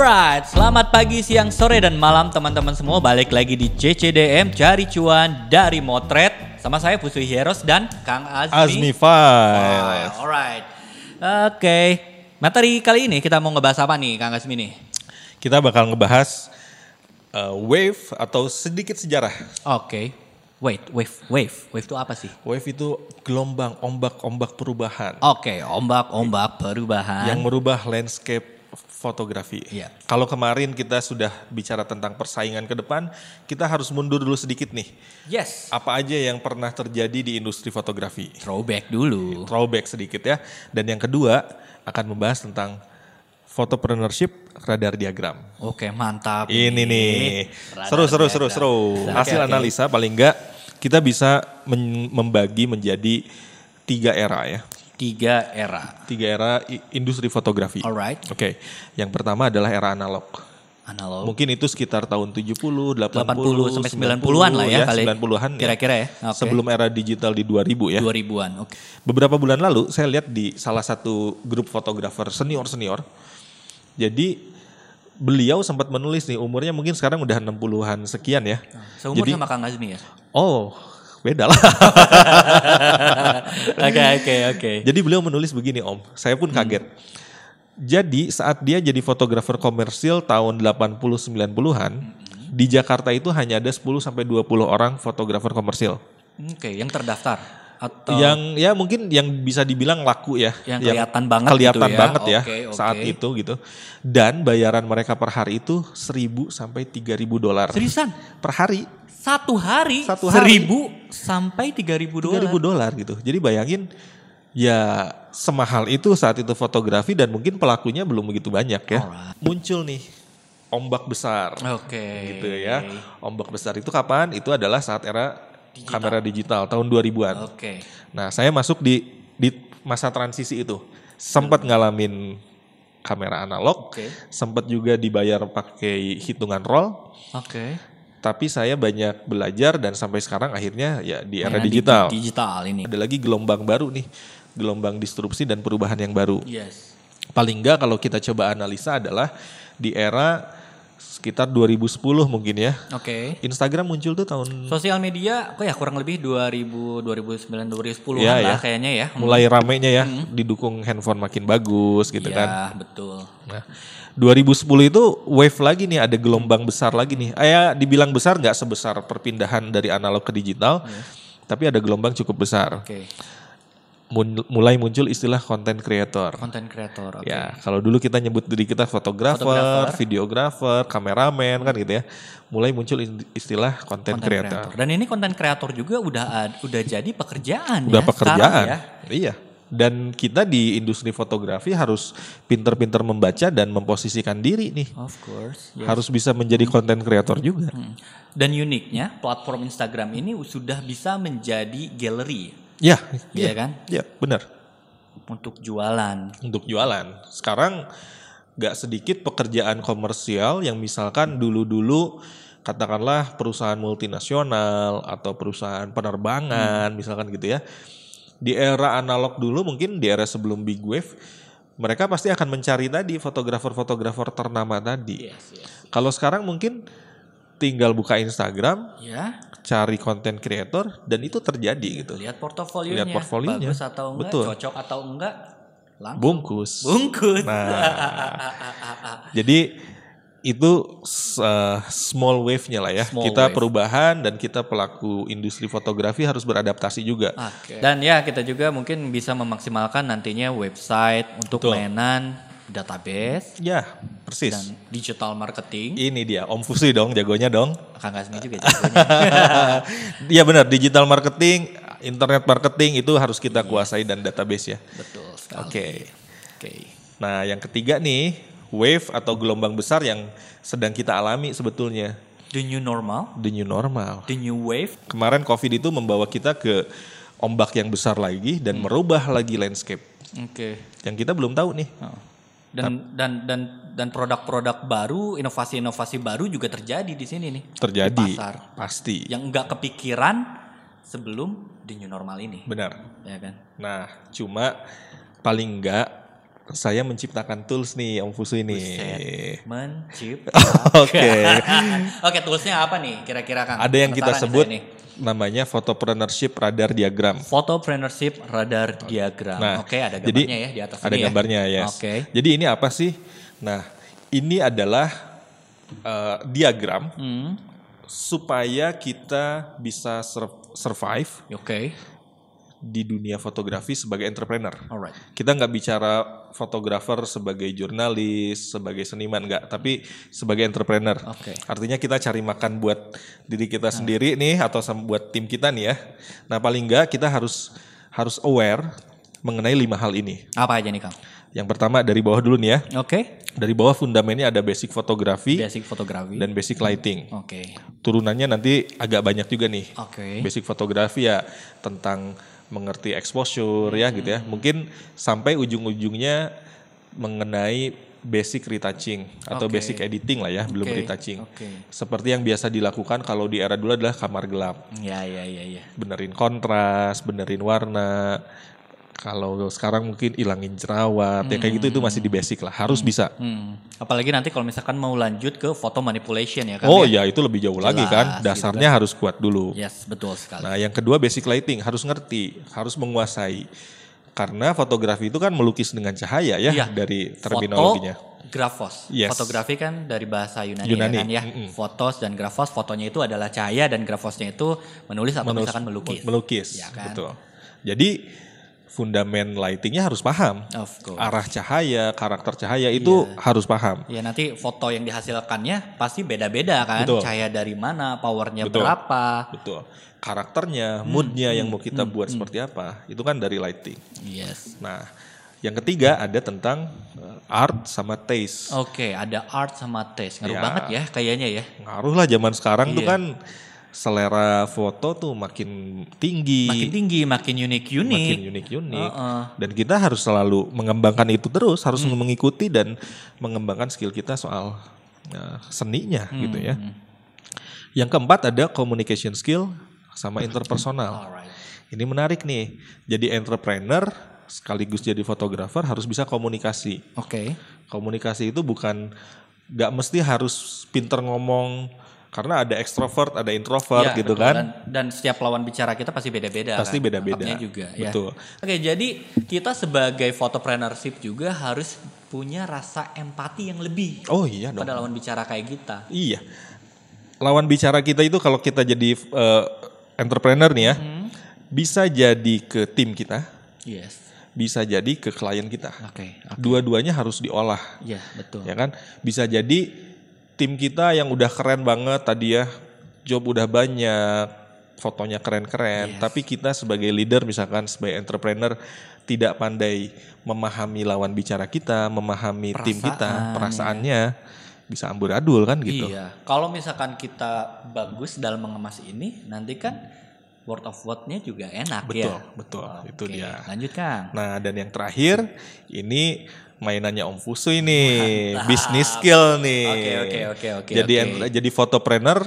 Alright, selamat pagi, siang, sore, dan malam teman-teman semua. Balik lagi di CCDM, cari cuan dari motret. Sama saya Pusui Heros dan Kang Azmi Files. Alright, oke. Materi kali ini kita mau ngebahas apa nih Kang Azmi nih? Kita bakal ngebahas wave atau sedikit sejarah. Oke. Wave itu apa sih? Wave itu gelombang, ombak perubahan. Oke, ombak perubahan. Yang merubah landscape fotografi. Iya. Kalau kemarin kita sudah bicara tentang persaingan ke depan, kita harus mundur dulu sedikit nih. Yes. Apa aja yang pernah terjadi di industri fotografi? Throwback dulu. Throwback sedikit ya. Dan yang kedua akan membahas tentang photopreneurship radar diagram. Oke, mantap. Ini nih, Radar seru. diagram. Hasil Oke. analisa paling enggak kita bisa membagi menjadi 3 era ya. 3 era. 3 era industri fotografi. Alright. Oke, yang pertama adalah era analog. Analog. Mungkin itu sekitar tahun 70, 80, 80 sampai 90-an lah ya kali. 90-an ya. Kira-kira ya. Oke. Sebelum era digital di 2000 ya. 2000-an. Oke. Beberapa bulan lalu saya lihat di salah satu grup fotografer senior. Jadi beliau sempat menulis nih, umurnya mungkin sekarang udah 60-an sekian ya. Seumur Jadi, sama Kang Azmi ya? oh beda lah. Oke. Jadi beliau menulis begini Om, saya pun kaget. Jadi saat dia jadi fotografer komersil tahun 80-90-an, di Jakarta itu hanya ada 10-20 orang fotografer komersil. Oke, yang terdaftar atau Yang ya mungkin yang bisa dibilang laku ya. Yang kelihatan banget kelihatan gitu ya. banget ya Oke. saat itu gitu. Dan bayaran mereka per hari itu $1.000 sampai $3.000 seriusan? per hari. Satu hari, Satu hari. 1.000 sampai $3.000. $3.000 gitu. Jadi bayangin ya semahal itu saat itu fotografi dan mungkin pelakunya belum begitu banyak ya. Alright. Muncul nih ombak besar. Oke. Gitu ya. Ombak besar itu kapan? Itu adalah saat era kamera digital tahun 2000-an. Oke. Nah, saya masuk di masa transisi itu. Sempat ngalamin kamera analog, Oke. sempat juga dibayar pakai hitungan roll, Oke. tapi saya banyak belajar dan sampai sekarang akhirnya ya di era Mainan digital. Digital ini. Ada lagi gelombang baru nih, gelombang disrupsi dan perubahan yang baru. Yes. Paling enggak kalau kita coba analisa adalah di era sekitar 2010 mungkin ya. Oke. Instagram muncul tuh tahun Sosial media kok ya kurang lebih 2009 2010-an Ya, lah ya. kayaknya ya. mulai ramenya ya, didukung handphone makin bagus gitu Iya, kan. betul. Nah, 2010 itu wave lagi nih, ada gelombang besar lagi nih. Dibilang besar nggak sebesar perpindahan dari analog ke digital, tapi ada gelombang cukup besar. Oke. Mulai muncul istilah content creator. Content creator. Oke. Ya, kalau dulu kita nyebut diri kita fotografer, videografer, kameramen kan gitu ya. Mulai muncul istilah content creator. Dan ini content creator juga udah jadi pekerjaan Udah ya. pekerjaan. sekarang ya. Iya. Dan kita di industri fotografi harus pinter-pinter membaca dan memposisikan diri nih. Of course. Yes. Harus bisa menjadi content creator juga. Dan uniknya platform Instagram ini sudah bisa menjadi galeri. Ya, Iya kan? Ya, benar. Untuk jualan. Untuk jualan. Sekarang gak sedikit pekerjaan komersial yang misalkan dulu-dulu katakanlah perusahaan multinasional atau perusahaan penerbangan misalkan gitu ya. Di era analog dulu mungkin di era sebelum Big Wave mereka pasti akan mencari tadi fotografer-fotografer ternama tadi. Yes. Kalau sekarang mungkin tinggal buka Instagram, Ya. cari content creator dan itu terjadi gitu. Lihat portofolionya. Lihat portfolionya. Bagus atau enggak, Betul. cocok atau enggak. Langsung. Bungkus. Nah, jadi itu small wave-nya lah ya. Small Kita wave. perubahan dan kita pelaku industri fotografi harus beradaptasi juga. Oke. Dan ya kita juga mungkin bisa memaksimalkan nantinya website untuk Betul. mainan database Ya, persis. dan digital marketing. Ini dia Om Fusui dong, jagonya dong. Kang Azmi juga jagonya. Iya benar, digital marketing, internet marketing itu harus kita kuasai dan database ya. Betul sekali. Oke. Nah, yang ketiga nih, wave atau gelombang besar yang sedang kita alami sebetulnya. The new normal, The new normal. the new wave. Kemarin COVID itu membawa kita ke ombak yang besar lagi dan merubah lagi landscape. Oke. Yang kita belum tahu nih. Dan produk-produk baru, inovasi-inovasi baru juga terjadi di sini nih. Terjadi. Di pasar. Pasti. Yang enggak kepikiran sebelum the new normal ini. Benar. Ya kan? Nah, cuma paling enggak saya menciptakan tools nih Om Fusu ini. Buset, menciptakan. Oke. Oke, toolsnya apa nih kira-kira Kang? Ada yang kita Penasaran sebut nih saya nih. namanya Photopreneurship Radar Diagram. Photopreneurship Radar Diagram. Nah, Oke, ada jadi gambarnya ya di atas ada ini gambarnya, ya. yes. Oke. Jadi ini apa sih? Nah, ini adalah diagram supaya kita bisa survive Oke. di dunia fotografi sebagai entrepreneur. Alright. Kita nggak bicara fotografer sebagai jurnalis, sebagai seniman, nggak, tapi sebagai entrepreneur. Oke. Artinya kita cari makan buat diri kita sendiri nih, atau buat tim kita nih ya. Nah paling nggak kita harus aware mengenai 5 hal ini. Apa aja nih Kang? Yang pertama dari bawah dulu nih ya. Oke. Dari bawah fundamennya ada basic fotografi Basic fotografi. dan basic lighting. Oke. Turunannya nanti agak banyak juga nih. Oke. Basic fotografi ya tentang mengerti exposure ya gitu ya. Mungkin sampai ujung-ujungnya mengenai basic retouching atau Oke. basic editing lah ya, belum Oke. retouching. Oke. Seperti yang biasa dilakukan kalau di era dulu adalah kamar gelap. Ya. Benerin kontras, benerin warna. Kalau sekarang mungkin ilangin jerawat, ya kayak gitu itu masih di basic lah, harus bisa. Apalagi nanti kalau misalkan mau lanjut ke photo manipulation ya Kang. Oh ya? ya itu lebih jauh lagi Jelas, kan, gitu dasarnya harus kuat dulu. Yes, betul sekali. Nah yang kedua basic lighting, harus ngerti, harus menguasai. Karena fotografi itu kan melukis dengan cahaya ya, Iya. dari terminologinya. Grafos. Yes. Fotografi kan dari bahasa Yunani, Yunani, ya kan ya. Fotos dan grafos, fotonya itu adalah cahaya dan grafosnya itu menulis atau misalkan melukis. Melukis, Ya kan? betul. Jadi fundamen lightingnya harus paham. Of course. Arah cahaya, karakter cahaya itu harus paham. Ya nanti foto yang dihasilkannya pasti beda-beda kan. Betul. Cahaya dari mana, powernya Betul. berapa. Betul. Karakternya, moodnya yang mau kita buat seperti apa, itu kan dari lighting. Yes. Nah, yang ketiga ada tentang art sama taste. Oke, ada art sama taste. Ngaruh Ya. banget ya kayaknya ya. Ngaruh lah zaman sekarang tuh Iya. kan selera foto tuh makin tinggi. Makin tinggi, makin unik-unik. Makin unik-unik. Dan kita harus selalu mengembangkan itu terus, harus mengikuti dan mengembangkan skill kita soal seninya gitu ya. Yang keempat ada communication skill sama interpersonal. Alright. Ini menarik nih. Jadi entrepreneur sekaligus jadi fotografer harus bisa komunikasi. Oke. Komunikasi itu bukan gak mesti harus pinter ngomong. Karena ada extrovert, ada introvert Ya, gitu betul. kan. Dan setiap lawan bicara kita pasti beda-beda. Pasti kan? beda-beda. Tangkapnya juga. Ya. Betul. Oke, jadi kita sebagai photopreneurship juga harus punya rasa empati yang lebih Oh iya dong. pada lawan bicara kayak kita. Iya. Lawan bicara kita itu kalau kita jadi entrepreneur nih ya, bisa jadi ke tim kita, Yes. bisa jadi ke klien kita. Oke. Dua-duanya harus diolah, Iya, betul. ya kan? Bisa jadi tim kita yang udah keren banget tadi ya, job udah banyak, fotonya keren-keren, tapi kita sebagai leader misalkan sebagai entrepreneur tidak pandai memahami lawan bicara kita, memahami tim kita, perasaannya, bisa amburadul kan gitu. Iya. Kalau misalkan kita bagus dalam mengemas ini, nanti kan word of word-nya juga enak Betul, ya. betul. Itu Oke, dia. Lanjut Kang. Nah, dan yang terakhir ini mainannya Om Fusu ini, bisnis skill nih. Oke. Jadi fotopreneur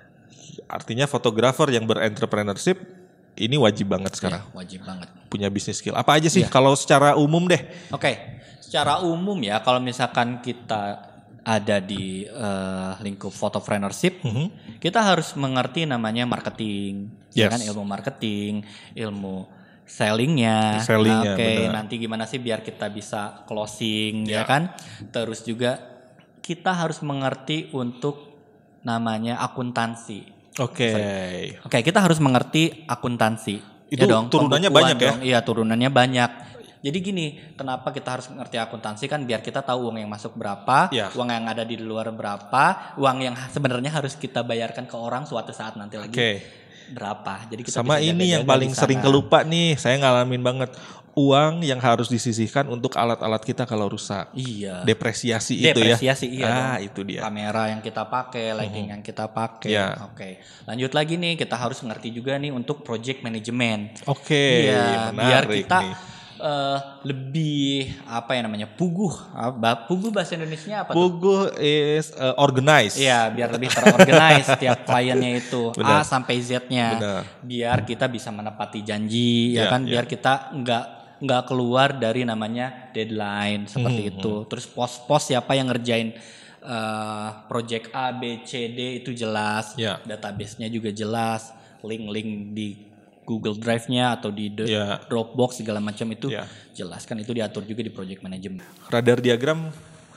artinya fotografer yang berentrepreneurship ini wajib banget sekarang. Ya, wajib banget. Punya bisnis skill. Apa aja sih kalau secara umum deh? Oke, secara umum ya kalau misalkan kita ada di lingkup photopreneurship, kita harus mengerti namanya marketing, ya Yes. kan, ilmu marketing, ilmu sellingnya. Sellingnya, Oke, benar. nanti gimana sih biar kita bisa closing, ya kan? Terus juga kita harus mengerti untuk namanya akuntansi. Oke. Oke, kita harus mengerti akuntansi. Itu turunannya pembukuan banyak ya? dong. Iya, turunannya banyak. Jadi gini, kenapa kita harus mengerti akuntansi kan biar kita tahu uang yang masuk berapa, Ya. uang yang ada di luar berapa, uang yang sebenarnya harus kita bayarkan ke orang suatu saat nanti lagi Oke. berapa. Jadi kita Sama bisa ini yang jaga-jaga paling di sana. sering kelupa nih, saya ngalamin banget. Uang yang harus disisihkan untuk alat-alat kita kalau rusak. Iya. Depresiasi itu ya. Depresiasi iya dong. Itu dia. Kamera yang kita pakai, lighting yang kita pakai. Ya. Oke. Lanjut lagi nih, kita harus mengerti juga nih untuk project management. Oke, Iya, biar menarik kita nih. lebih apa ya namanya puguh. Puguh bahasa Indonesianya apa tuh? Pugu is organized. Iya, biar lebih terorganize setiap kliennya itu Benar. A sampai Z-nya. Benar. Biar kita bisa menepati janji, ya Iya, kan? iya. Biar kita nggak nggak keluar dari namanya deadline seperti itu. Terus pos-pos siapa yang ngerjain project A, B, C, D itu jelas. Database-nya juga jelas. Link-link di Google Drive-nya atau di Dropbox segala macam itu jelas kan, itu diatur juga di project management. Radar diagram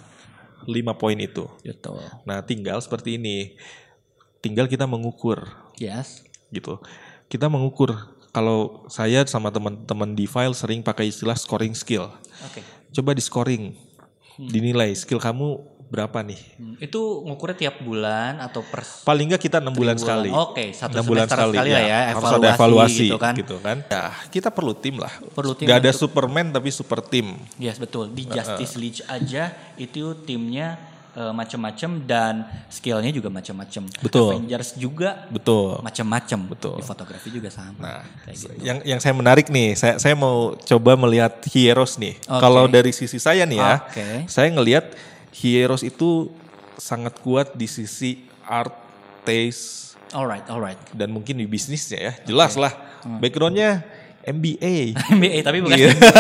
5 poin itu. Gitu. Nah, tinggal seperti ini. Tinggal kita mengukur. Yes. Gitu. Kita mengukur. Kalau saya sama teman-teman di file sering pakai istilah scoring skill. Coba di scoring. Dinilai skill kamu berapa nih? Itu ngukurnya tiap bulan atau paling enggak kita 6 bulan sekali. 1 bulan sekali lah ya, harus ada evaluasi gitu kan. Ya, kita perlu tim lah. Gak ada Superman tapi super tim. Yes, betul. Di Justice League aja itu timnya macam-macam dan skillnya juga macam-macam. Betul. Avengers juga macam-macam. Betul. Di fotografi juga sama. Nah, kayak gitu. yang saya menarik nih, saya mau coba melihat Heroes nih. Kalau dari sisi saya nih ya, saya ngelihat Heroes itu sangat kuat di sisi art, taste, alright. dan mungkin di bisnisnya ya, jelas lah. Backgroundnya MBA. Tapi bukan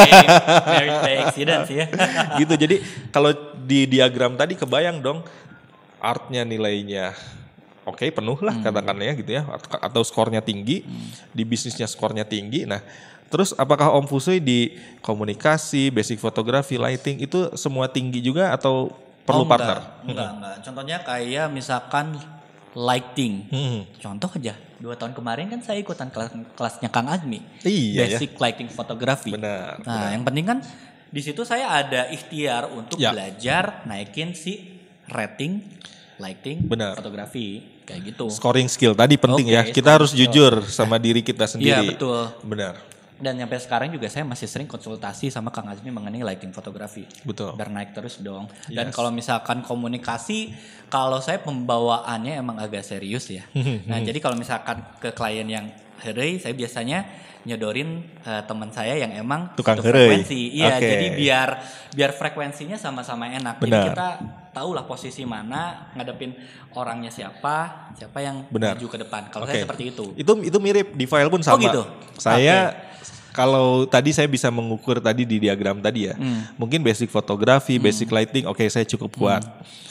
merit by accident sih ya. Gitu, jadi kalau di diagram tadi kebayang dong artnya nilainya oke, penuh lah katakannya gitu ya, atau skornya tinggi, di bisnisnya skornya tinggi. Nah, terus apakah Om Fusui di komunikasi, basic fotografi, lighting itu semua tinggi juga atau perlu partner? Enggak. Contohnya kayak misalkan lighting. Contoh aja, 2 tahun kemarin kan saya ikutan kelasnya Kang Azmi. Basic lighting fotografi. Benar. Yang penting kan di situ saya ada ikhtiar untuk belajar naikin si rating lighting fotografi kayak gitu. Scoring skill tadi penting ya. Kita harus jujur sama diri kita sendiri. Iya, betul. Benar. Dan sampai sekarang juga saya masih sering konsultasi sama Kang Azmi mengenai lighting fotografi. Betul. Biar naik terus dong. Dan kalau misalkan komunikasi, kalau saya pembawaannya emang agak serius ya. Nah, jadi kalau misalkan ke klien yang heureuy, saya biasanya nyodorin teman saya yang emang tukang frekuensi. Iya, jadi biar frekuensinya sama-sama enak. Benar. Jadi kita tahulah posisi mana, ngadepin orangnya siapa yang maju ke depan. Kalau saya seperti itu. Itu mirip di file pun sama. Oh gitu. Saya kalau tadi saya bisa mengukur tadi di diagram tadi ya. Mungkin basic fotografi, basic lighting, saya cukup kuat.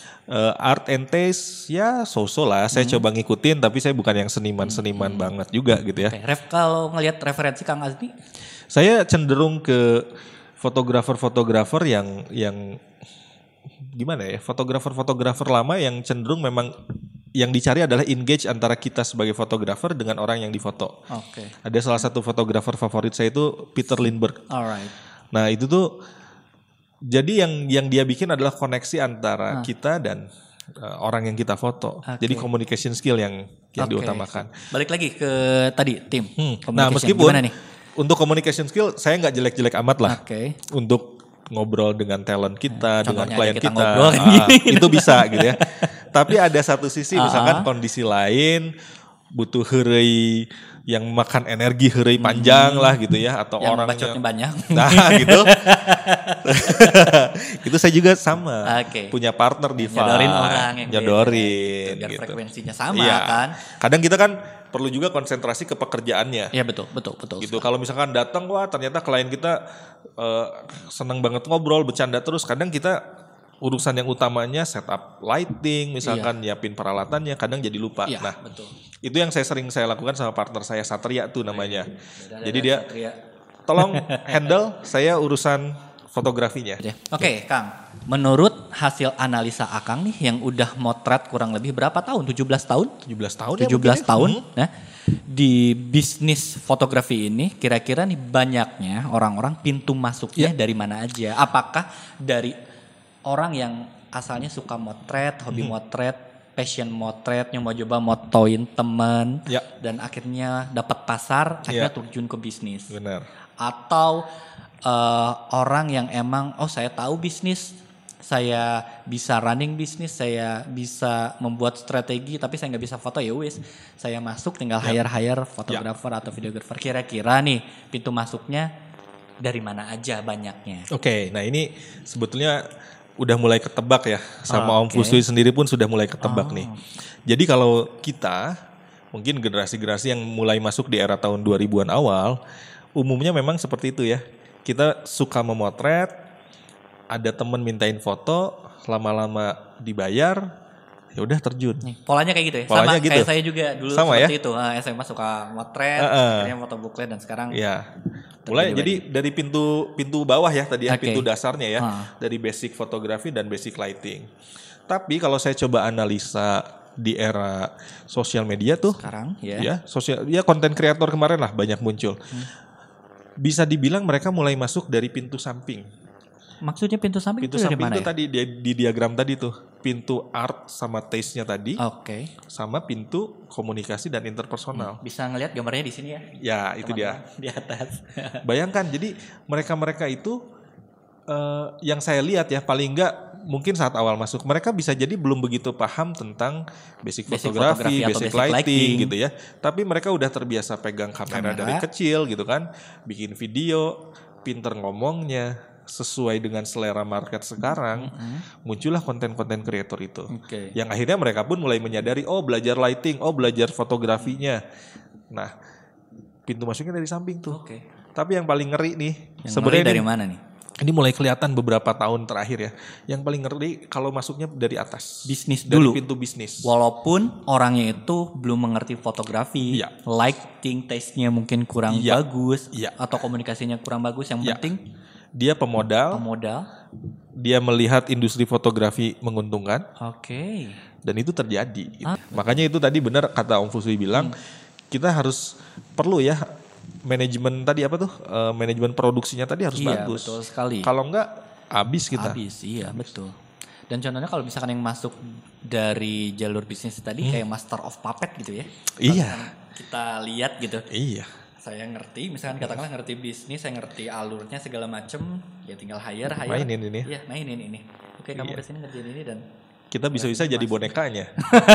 Art and taste ya so-so lah. Saya coba ngikutin tapi saya bukan yang seniman banget juga gitu ya. Kalau ngelihat referensi Kang Azmi, saya cenderung ke fotografer yang gimana ya? Fotografer lama yang cenderung memang yang dicari adalah engage antara kita sebagai fotografer dengan orang yang difoto. Ada salah satu fotografer favorit saya itu Peter Lindbergh. Nah, itu tuh jadi yang dia bikin adalah koneksi antara kita dan orang yang kita foto. Jadi communication skill yang diutamakan. Balik lagi ke tadi tim. Nah, meskipun untuk communication skill saya nggak jelek-jelek amat lah. Untuk ngobrol dengan talent kita, dengan klien kita, itu bisa gitu ya. Tapi ada satu sisi misalkan kondisi lain butuh heureuy yang makan energi heureuy panjang lah gitu ya, atau yang orang bacotnya banyak. Nah, gitu. Itu saya juga sama. Punya partner di file. Nyodorin orang yang nyodorin biar gitu. Frekuensinya sama kan. Kadang kita kan perlu juga konsentrasi ke pekerjaannya. Iya, betul. Gitu. Kalau misalkan datang ternyata klien kita seneng banget ngobrol, bercanda terus, kadang kita urusan yang utamanya setup lighting, misalkan nyiapin peralatannya, kadang jadi lupa. Nah, betul. Itu yang sering saya lakukan sama partner saya, Satria tuh namanya. Jadi dia tolong handle saya urusan fotografinya. Oke, Kang. Menurut hasil analisa Akang nih yang udah motret kurang lebih berapa tahun? 17 tahun? 17 tahun 17 tahun. Nah, di bisnis fotografi ini kira-kira nih banyaknya orang-orang pintu masuknya dari mana aja? Apakah dari orang yang asalnya suka motret, hobi motret, passion motret, yang mau coba motoin teman, dan akhirnya dapat pasar, akhirnya terjun ke bisnis. Benar. Atau orang yang emang, saya tahu bisnis, saya bisa running bisnis, saya bisa membuat strategi, tapi saya nggak bisa foto, ya wis, saya masuk tinggal hire fotografer atau videografer. Kira-kira nih pintu masuknya dari mana aja banyaknya? Nah ini sebetulnya udah mulai ketebak ya, sama Om Fusui sendiri pun sudah mulai ketebak nih. Jadi kalau kita, mungkin generasi-generasi yang mulai masuk di era tahun 2000-an awal, umumnya memang seperti itu ya. kita suka memotret, ada temen mintain foto, lama-lama dibayar, ya udah terjun. Polanya kayak gitu ya. Polanya sama gitu. kayak saya juga dulu Sama seperti ya? itu. SMA suka motret, akhirnya foto booklet dan sekarang Ya. Mulai jadi dari pintu bawah ya tadi ya, Oke. pintu dasarnya ya, dari basic fotografi dan basic lighting. Tapi kalau saya coba analisa di era sosial media tuh, sekarang ya. ya konten kreator kemarin lah banyak muncul. Bisa dibilang mereka mulai masuk dari pintu samping. Maksudnya pintu samping Pintu itu dari samping mana itu ya? tadi di diagram tadi tuh, pintu art sama taste-nya tadi, Oke. sama pintu komunikasi dan interpersonal. Bisa ngelihat gambarnya di sini ya. Ya itu dia. Di atas. Bayangkan, jadi mereka itu yang saya lihat ya paling enggak mungkin saat awal masuk mereka bisa jadi belum begitu paham tentang basic fotografi, atau basic lighting gitu ya. Tapi mereka udah terbiasa pegang kamera dari kecil gitu kan, bikin video, pinter ngomongnya, sesuai dengan selera market sekarang, muncullah konten-konten kreator itu. Yang akhirnya mereka pun mulai menyadari, oh belajar lighting, oh belajar fotografinya. Nah, pintu masuknya dari samping tuh. Tapi yang paling ngeri nih, sebenarnya dari mana nih? Ini mulai kelihatan beberapa tahun terakhir ya. Yang paling ngeri kalau masuknya dari atas. Bisnis dari dulu. Pintu bisnis. Walaupun orangnya itu belum mengerti fotografi, lighting, taste-nya mungkin kurang bagus, atau komunikasinya kurang bagus. Yang penting dia pemodal. Dia melihat industri fotografi menguntungkan. Dan itu terjadi. Makanya itu tadi benar kata Om Fusui bilang, kita harus perlu ya manajemen tadi apa tuh, manajemen produksinya tadi harus bagus. Betul sekali. Kalau enggak habis kita. Iya betul. Dan contohnya kalau misalkan yang masuk dari jalur bisnis tadi kayak Master of Puppet gitu ya. Iya. Kita lihat gitu. Iya. Saya ngerti, misalkan katakanlah ngerti bisnis, saya ngerti alurnya segala macem, ya tinggal hire. Mainin ini. Iya, mainin ini. Oke, kamu kesini ngerjain ini dan kita bisa-bisa jadi bonekanya.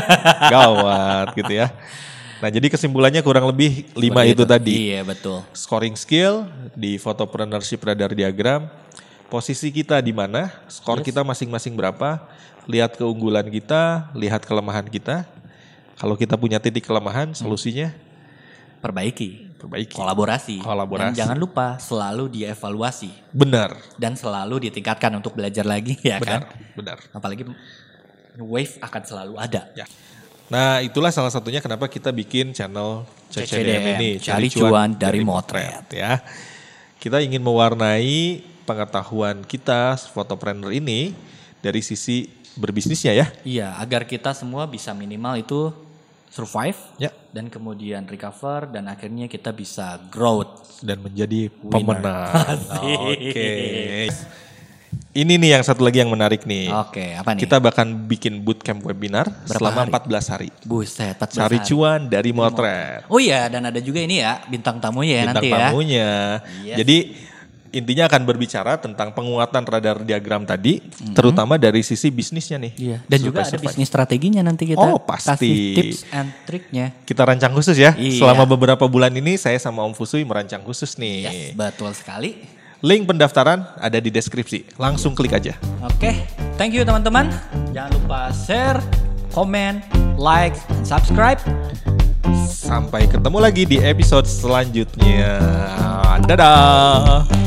Gawat gitu ya. Nah, jadi kesimpulannya kurang lebih 5 itu tadi. Iya, betul. Scoring skill di photopreneurship radar diagram. Posisi kita di mana? Skor kita masing-masing berapa? Lihat keunggulan kita, lihat kelemahan kita. Kalau kita punya titik kelemahan, solusinya perbaiki. Kolaborasi. Dan jangan lupa selalu dievaluasi. Benar. Dan selalu ditingkatkan untuk belajar lagi ya kan? Benar. Apalagi wave akan selalu ada. Ya. Nah, itulah salah satunya kenapa kita bikin channel CCDM ini, cari cuan dari motret ya. Kita ingin mewarnai pengetahuan kita fotopreneur ini dari sisi berbisnisnya ya. Iya, agar kita semua bisa minimal itu survive dan kemudian recover dan akhirnya kita bisa growth dan menjadi pemenang. Oke. Ini nih yang satu lagi yang menarik nih. Oke, apa nih? Kita bahkan bikin bootcamp webinar selama 14 hari. Buset, 14 cari hari. Cuan dari motret. Oh iya, dan ada juga ini ya, bintang tamunya ya nanti ya. Bintang tamunya. Jadi intinya akan berbicara tentang penguatan radar diagram tadi, terutama dari sisi bisnisnya nih. Iya. Dan juga ada bisnis strateginya nanti kita. Oh pasti. Kasih tips and triknya. Kita rancang khusus ya. Iya. Selama beberapa bulan ini saya sama Om Fusui merancang khusus nih. Yes, betul sekali. Link pendaftaran ada di deskripsi. Langsung klik aja. Oke, thank you teman-teman. Jangan lupa share, komen, like, dan subscribe. Sampai ketemu lagi di episode selanjutnya. Dadah.